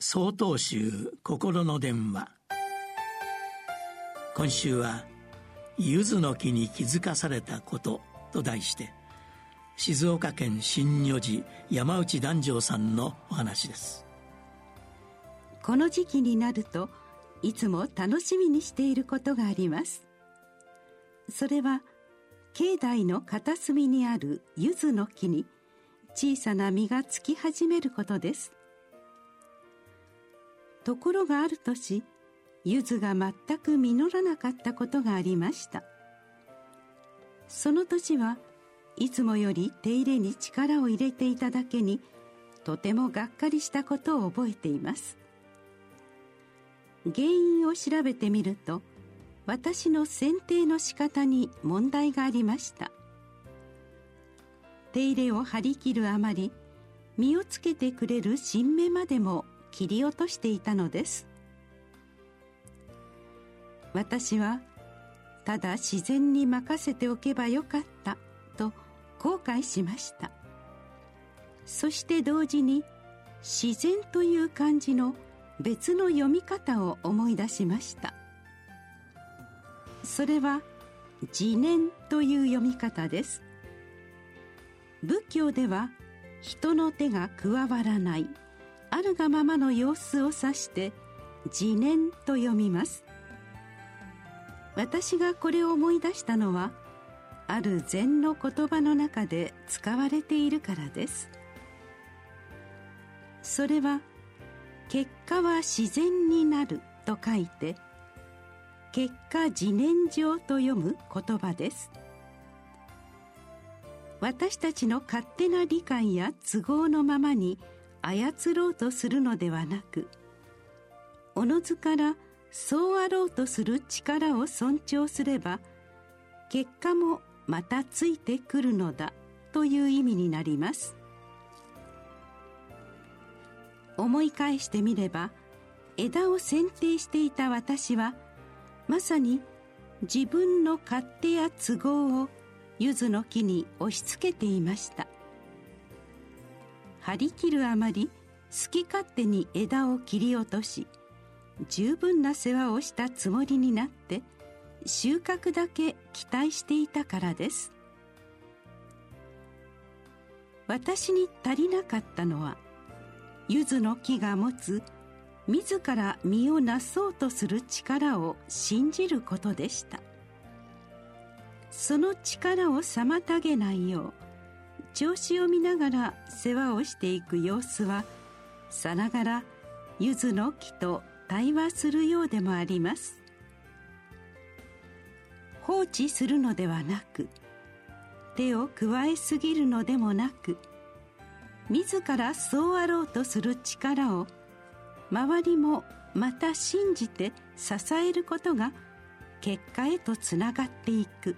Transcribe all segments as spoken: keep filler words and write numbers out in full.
曹洞宗心の電話。今週は柚子の木に気づかされたことと題して、静岡県真如寺山内檀上さんのお話です。 この時期になるといつも楽しみにしていることがあります。それは境内の片隅にある柚子の木に小さな実がつき始めることです。ところがある年、柚子が全く実らなかったことがありました。その年はいつもより手入れに力を入れていただけに、とてもがっかりしたことを覚えています。原因を調べてみると、私の剪定の仕方に問題がありました。手入れを張り切るあまり、実をつけてくれる新芽までも切り落としていたのです。私はただ自然に任せておけばよかったと後悔しました。そして同時に自然という漢字の別の読み方を思い出しました。それは自然という読み方です。仏教では人の手が加わらないあるがままの様子を指して自然と読みます。私がこれを思い出したのは、ある禅の言葉の中で使われているからです。それは結果は自然になると書いて結果自然上と読む言葉です。私たちの勝手な理解や都合のままに操ろうとするのではなく、おのずからそうあろうとする力を尊重すれば、結果もまたついてくるのだという意味になります。思い返してみれば、枝を剪定していた私はまさに自分の勝手や都合を柚子の木に押し付けていました。張り切るあまり好き勝手に枝を切り落とし、十分な世話をしたつもりになって収穫だけ期待していたからです。私に足りなかったのは、柚子の木が持つ自ら実をなそうとする力を信じることでした。その力を妨げないよう、調子を見ながら世話をしていく様子は、さながら柚子の木と対話するようでもあります。放置するのではなく、手を加えすぎるのでもなく、自らそうあろうとする力を周りもまた信じて支えることが結果へとつながっていく。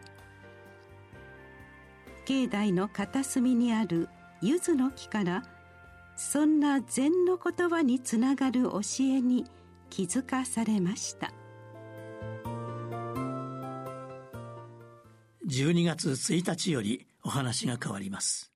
境内の片隅にある柚子の木から、そんな禅の言葉につながる教えに気づかされました。 じゅうにがつついたちよりお話が変わります。